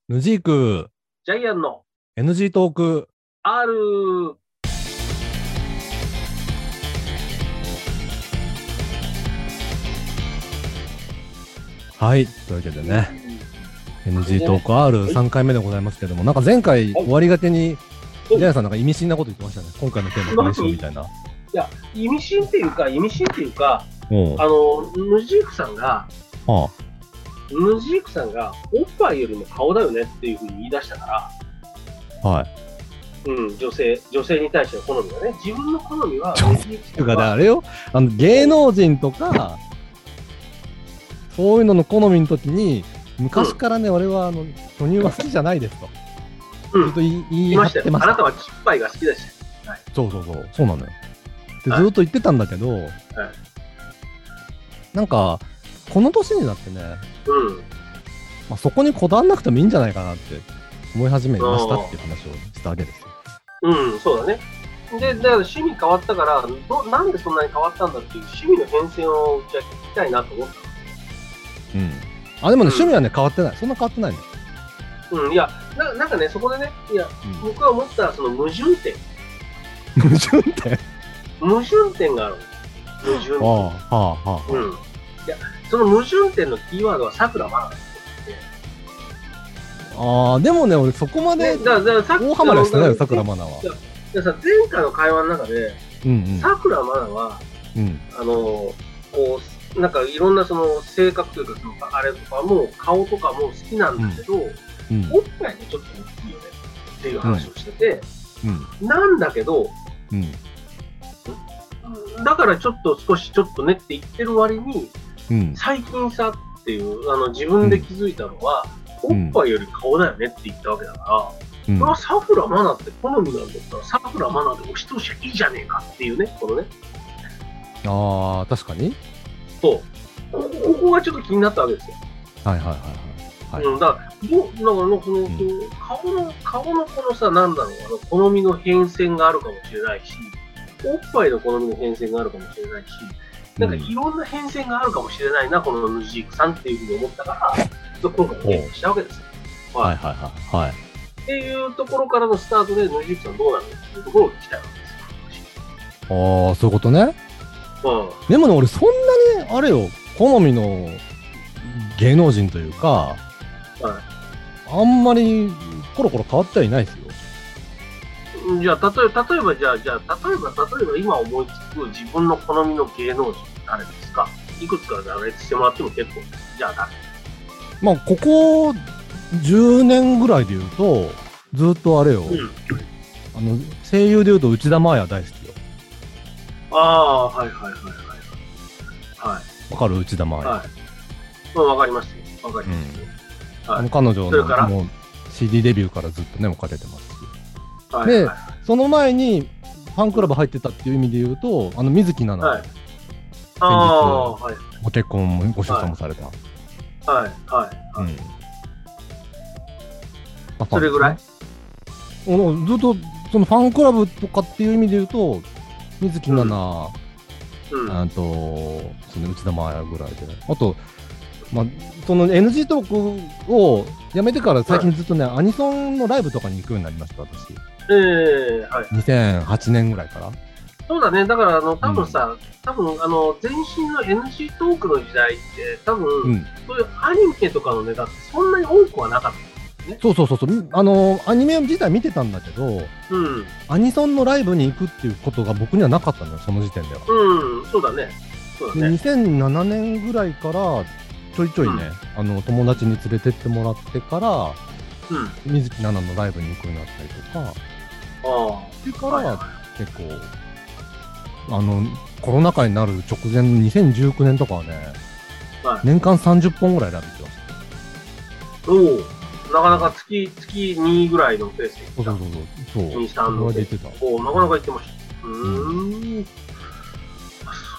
ヌジークジャイアンの NG トーク。 R。 はい。というわけでね、NG トーク R3 回目でございますけども、なんか前回終わりがけに、ジャイアンさんなんか意味深なこと言ってましたね。今回のテーマこれしようみたいな。 いや、意味深っていうか、ヌジークさんが、 はヌジークさんがおっぱいよりも顔だよねっていうふうに言い出したかあ、はい。 ら、女性に対しての好みがね、自分の好みは、 ていうか、あれよ、芸能人とか、そういうのの好みの時に、昔からね、俺は巨乳は好きじゃないですと。ずっと言い張ってました。 あなたはチッパイが好きだし。はい、 そうなのよ。で、ずっと言ってたんだけど、なんか、この年になってね、まあ、そこにこだわんなくてもいいんじゃないかなって思い始めましたっていう話をしたわけですよ。 そうだね。で、だから趣味変わったから、なんでそんなに変わったんだっていう趣味の変遷をじゃあ聞きたいなと思った。 でもね、趣味はね、変わってない。そんな変わってないの。 いや、なんかね、そこでね、僕は思ったその矛盾点があるの。矛盾点。いや、その矛盾点のキーワードはさくらまなだって。 でもね、俺そこまで大ハマりしてないよ、さくらまなは。 前回の会話の中で、さくらまなは、なんかいろんなその性格というか、そのあれとかも顔とかも好きなんだけど、おっぱいがちょっと大きいよねっていう話をしてて、なんだけど、だからちょっとねって言ってる割に、最近さっていう自分で気づいたのは、おっぱいより顔だよねって言ったわけだから、それはさくらまなって好みなんだったらさくらまなで押し通しゃいいじゃねえかっていうね、このね。 確かに。 そう。ここがちょっと気になったわけですよ。 はい。 だからその顔のこのさ、なんだろう、好みの変遷があるかもしれないし、おっぱいの好みの変遷があるかもしれないし、なんかいろんな変遷があるかもしれないな、このヌジークさんっていうふうに思ったから、今回のゲームしたわけですよ。っていうところからのスタートで、ヌジークさんどうなのっていうところを聞きたいわけですよ。 そういうことね。でもね、俺そんなにあれよ、好みの芸能人というか、あんまりコロコロ変わってはいないですよ。 じゃあ例えば今思いつく自分の好みの芸能人誰ですか？いくつか羅列してもらっても結構です。じゃあ誰？ まあここ10年ぐらいで言うとずっとあれよ、声優で言うと内田真礼大好きよ。 はい。 わかる？内田真礼。 わかりますよ。 彼女のもう CD デビューからずっとね、追っかけてますし。で、その前にファンクラブ入ってたっていう意味で言うと、水木奈々、先日ご結婚もご出産もされた。 それぐらい？ ずっとそのファンクラブとかっていう意味で言うと、水木奈々、その内田真礼ぐらいで、あと、その NG トークをやめてから最近ずっとね、アニソンのライブとかに行くようになりました、私。2008年ぐらいから。 そうだね、だから多分前身の NG トークの時代って、多分、そういうアニメとかのネタってそんなに多くはなかったんですね。 そう。アニメ自体見てたんだけど、アニソンのライブに行くっていうことが僕にはなかったんだよ、その時点では。 そうだね。 2007年ぐらいから、ちょいちょいね、友達に連れてってもらってから、水木奈々のライブに行くようになったりとか、それから結構、コロナ禍になる直前の2019年とかはね、年間30本ぐらいライブ行ってました。 なかなか月2ぐらいのペースで行った。 そう。 2、3のペースで。なかなか行ってました。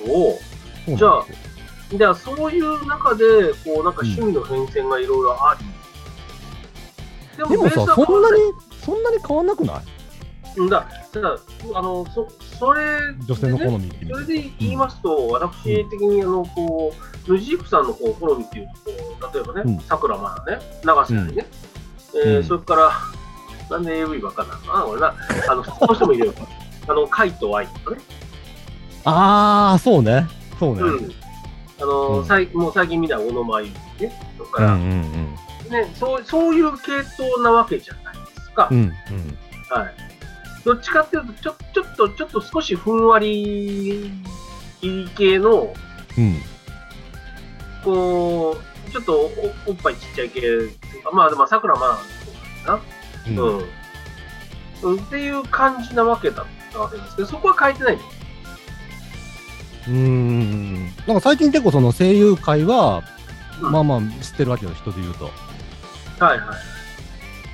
そう。じゃあそういう中でなんか趣味の変遷がいろいろあり、 でもさ、そんなに変わんなくない？ それ女性の好みってそれで言いますと、私的にヌジークさんの好みっていうと例えばね、さくらまなね、長瀬にね、 それから、なんで AV ばっかなの俺な、普通の人もいるよ。カイとアイとかね。 そうね。そうね。 もう最近見た小野真由美ね。それから、ね、そういう系統なわけじゃないですか。はい。どっちかっていうと、ちょっと少しふんわり系の、こう、ちょっとおっぱいちっちゃい系、まあでも桜まだそうだな。っていう感じなわけだったわけですけど、そこは変えてないんです。 なんか最近結構その声優界は、まあまあ知ってるわけよ、人で言うと。 はいはい。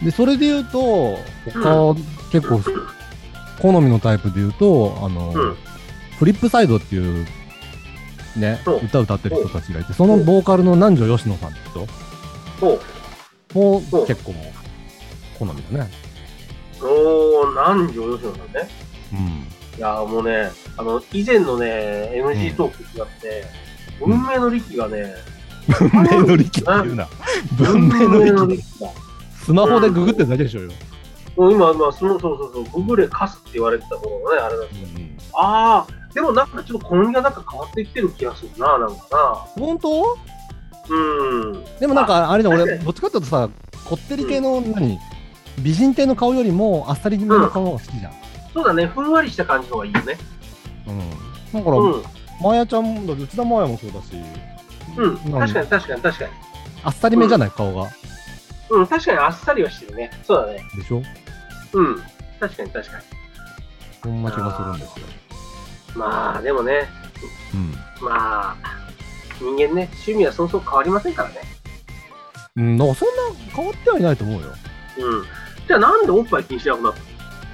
で、それで言うと、他、結構、好みのタイプで言うと、フリップサイドっていう、ね、歌歌ってる人たちがいて、そのボーカルの南條吉野さんって人も結構好みだね。 南條吉野さんね。いやもうね、以前のね、NG トークと違って、文明の利器がね、 文明の利器って言うな。文明の利器だ。スマホでググってるだけでしょよ。 今、そう、ググレカスって言われてた頃のね、あれなんですけど。でもなんかちょっと好みがなんか変わってきてる気がするな、なんかな。 本当？でもなんか、あれだ、俺、どっちかっていうとさ、こってり系の、美人系の顔よりも、あっさりめの顔が好きじゃん。 そうだね、ふんわりした感じの方がいいよね。 だから、まやちゃんも、内田まやもそうだし。 確かに。 あっさりめじゃない、顔が。 確かにあっさりはしてるね。そうだね。 でしょ？ 確かに。 そんな気がするんですよ。 まあ、でもね。まあ、人間ね、趣味はそうそう変わりませんからね。 だからそんな変わってはいないと思うよ。 じゃあなんでおっぱい気にしなくなった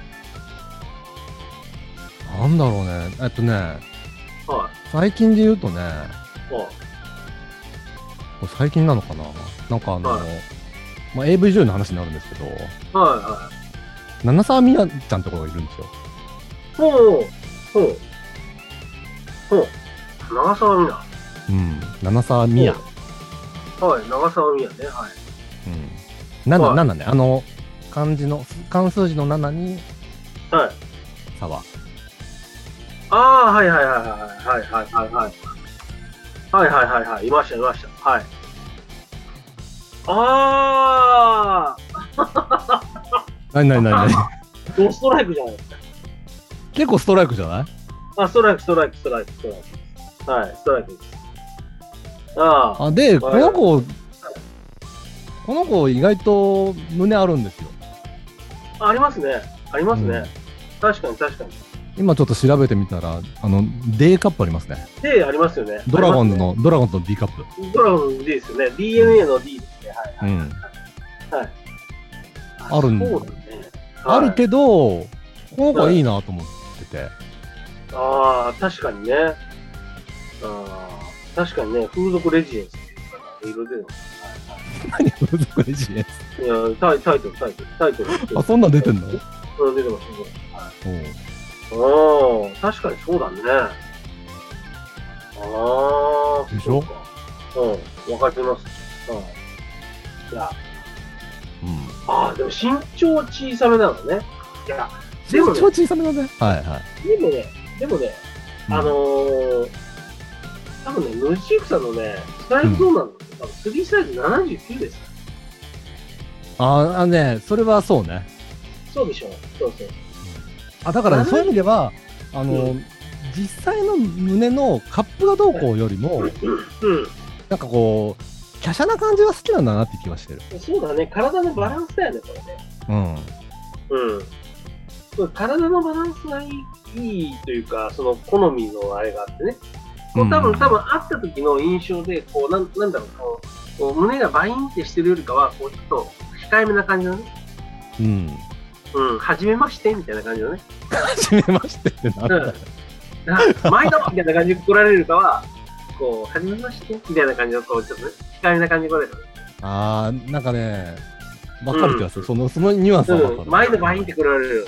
の？なんだろうね。最近で言うとね、最近なのかな、なんかAV 女優の話になるんですけど、七沢美奈ちゃんって子がいるんですよ。 長澤美奈。 七沢美奈。 長澤美奈ね。 7ね。漢字の漢数字の7に沢。 いました。 何ドストライクじゃないですか。 結構ストライクじゃない？ ストライク。ストライクです。 で、この子意外と胸あるんですよ。 ありますね。確かに。 今ちょっと調べてみたら、D カップありますね。 D ありますよね。 ドラゴンズの D カップ。 ドラゴンズ D ですよね。DNA の D ですね。 あるんだ。あるけど、この子はいいなと思ってて。 確かにね。風俗レジデンスっていうか、いろいろ出てます。 何風俗レジデンス？ いや、タイトル。 そんなん出てんの？ 出てます。確かにそうだね。 でしょ？ わかります。いや。でも身長小さめなのね。いや、 身長小さめなのね。 でもね、多分ね、ヌジークさんのね、サイズどうなの？多分3サイズ79です。 それはそうね。 そうでしょ。そう。 だからそういう意味では、実際の胸のカップがどうこうよりも、なんかこう、華奢な感じが好きなんだなって気はしてる。 そうだね、体のバランスだよね、これね。体のバランスがいいというか、その好みのあれがあってね。多分会った時の印象で、こう、なんだろう、こう胸がバインってしてるよりかは、こう、ちょっと控えめな感じのね。はじめましてみたいな感じのね。 はじめましてってなんだよ。 毎度みたいな感じで来られるかは、こう、はじめましてみたいな感じの、こう、ちょっとね、控えめな感じで来られる。 なんかね、わかる気がする。そのニュアンスはわかる。 毎度バインって来られる。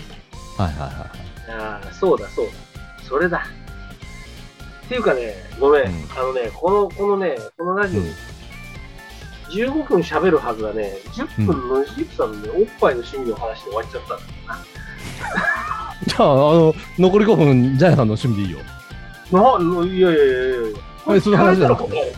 そうだ。それだ。っていうかね、ごめん。このラジオ、 15分喋るはずがね、10分のジップさんのね、おっぱいの趣味の話で終わっちゃったんだよな。 じゃあ、残り5分、ジャイアンさんの趣味でいいよ。 いやいやいやいやいや。 そういう話じゃなくて。 ね。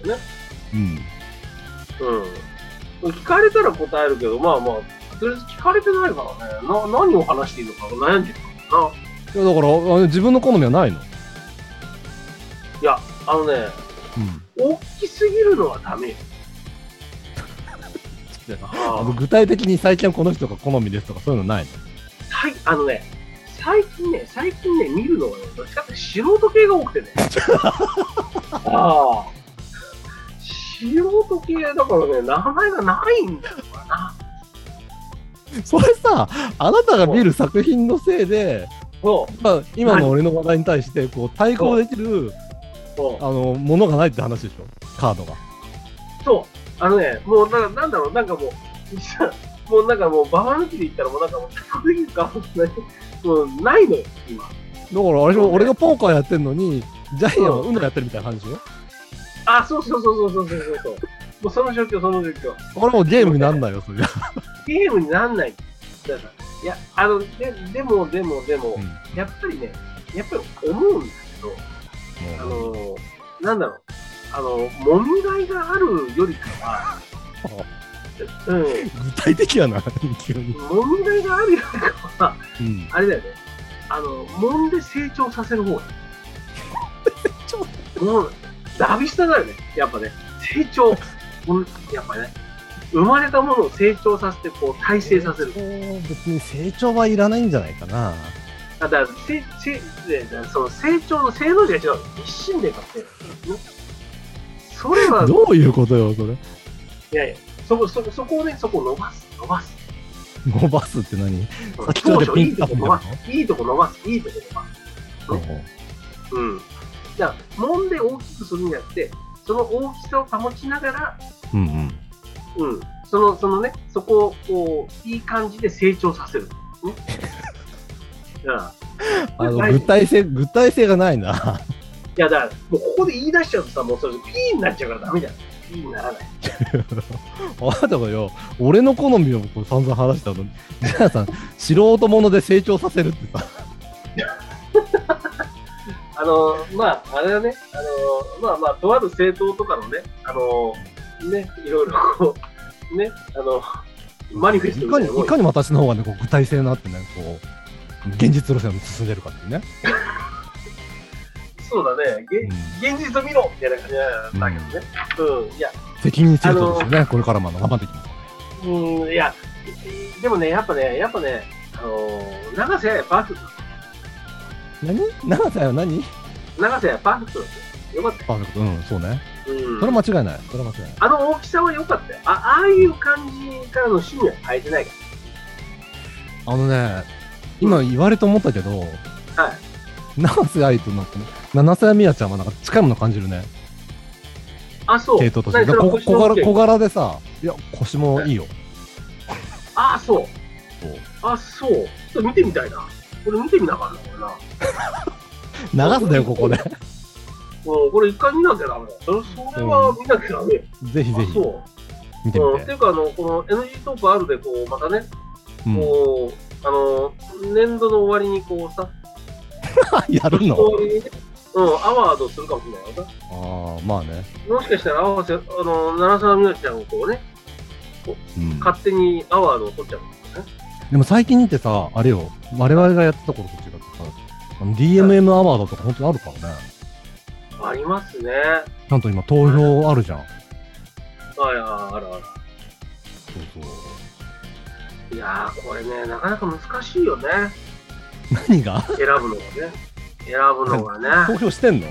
聞かれたら答えるけど、まあまあ、とりあえず聞かれてないからね、何を話していいのか悩んでるからな。 いや、だから、自分の好みはないの？ いや、大きすぎるのはダメよ。 具体的に最近はこの人が好みですとかそういうのないの？ 最近ね、見るのはね、どっちかって素人系が多くてね。素人系だからね、名前がないんだよな。 それさ、あなたが見る作品のせいで、今の俺の話題に対してこう対抗できるものがないって話でしょ、カードが。 そう、もうなんだろう、なんかもうなんかもうババ抜きで言ったらもうなんかもう対抗できるかもうないのよ今。だから俺がポーカーやってんのにジャイアンはUNOやってるみたいな感じでしょ。 そう。もうその状況。 これもうゲームになんないよ、それ。 ゲームになんない。だから、いや、でも、やっぱりね、思うんだけど、なんだろう、もみがいがあるよりかは、 具体的やな、急に。 もみがいがあるよりかは、あれだよね、揉んで成長させる方がいい。もう、ダビスタだよね、やっぱね、成長。やっぱね、生まれたものを成長させて、こう、大成させる。 別に成長はいらないんじゃないかな。 だから、その成長の性能値が違う。一心で勝ってる。それは。 どういうことよ、それ。 いやいや、そこをね、そこを伸ばす。 伸ばすって何？ 当初いいとこ伸ばす。いいとこ伸ばす。じゃあ、揉んで大きくするんじゃなくて、その大きさを保ちながら、そのね、そこをこういい感じで成長させる。 具体性がないな。 いや、だから、もうここで言い出しちゃうとさ、もうそれピーになっちゃうからダメじゃん。ピーにならない。 あなたがよ、俺の好みを散々話したのに、ジャイアンさん、素人もので成長させるってさ。 あれはね、とある政党とかのね、いろいろこう、ね、マニフェストみたいな。 いかに私の方がね、こう具体性のあってね、こう、現実路線を進んでるかっていうね。 そうだね、現実を見ろみたいな感じなんだけどね。いや。 責任制度ですよね、これからも頑張っていきます。 いや、でもね、やっぱね、長瀬はパーフェクト。 長瀬は何？ 長瀬はパーフェクトだったよ。よかったよ。 パーフェクト、そうね。それは間違いない。 大きさは良かったよ。ああいう感じからの趣味は変えてないから。 今言われて思ったけど、 はい。 長瀬愛と七瀬美也ちゃんはなんか近いもの感じるね。 そう。 系統として。小柄でさ、いや、腰もいいよ。 そう。ちょっと見てみたいな。これ見てみなかったな、これな。 流すだよ、ここで。 これ一回見なきゃダメだ。それは見なきゃダメ。 ぜひ。 そう。 見てみて。 っていうか、この NG トーク R で、こう、またね、こう、年度の終わりにこうさ、 やるの？ アワードするかもしれないな。 まあね。 もしかしたら七沢美奈ちゃんをこうね、勝手にアワードを取っちゃうんですよね。 でも最近ってさ、あれよ、我々がやってた頃と違ってさ、DMM アワードとか本当にあるからね。 ありますね。 ちゃんと今投票あるじゃん。 ある。そう。いやー、これね、なかなか難しいよね。 何が？ 選ぶのがね。 投票してんの？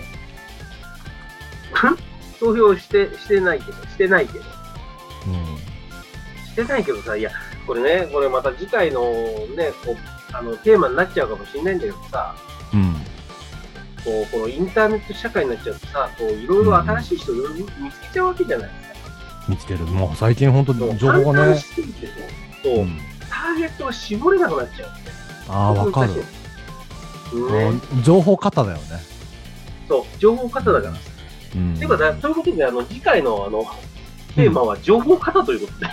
投票してないけど。してないけどさ、いや、これまた次回のね、テーマになっちゃうかもしれないんだけどさ、このインターネット社会になっちゃうとさ、いろいろ新しい人見つけちゃうわけじゃないですか。 見つける。もう最近本当に情報がね。 ターゲットが絞れなくなっちゃう。 わかる。情報過多だよね。 そう、情報過多だから。っていうか、そういうことで、次回のテーマは情報型ということで。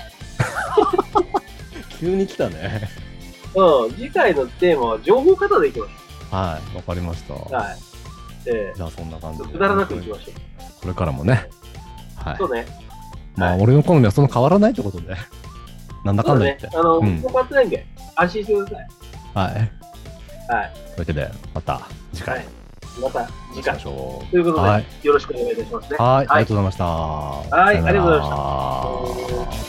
急に来たね。 うん、次回のテーマは情報型でいきましはい、わかりました。 ょう。はい。 じゃあそんな感じで。 くだらなくいきましょう。 これからもね。はい。 そうね。 まあ、俺の好みはその変わらないってことで。なんだかんだ言って。 そうね。変わってないんで、安心してください。 はい。 はい。 というわけで、また次回。 また次回。 ということで、よろしくお願いいたしますね。 はい、ありがとうございました。 はい、ありがとうございました。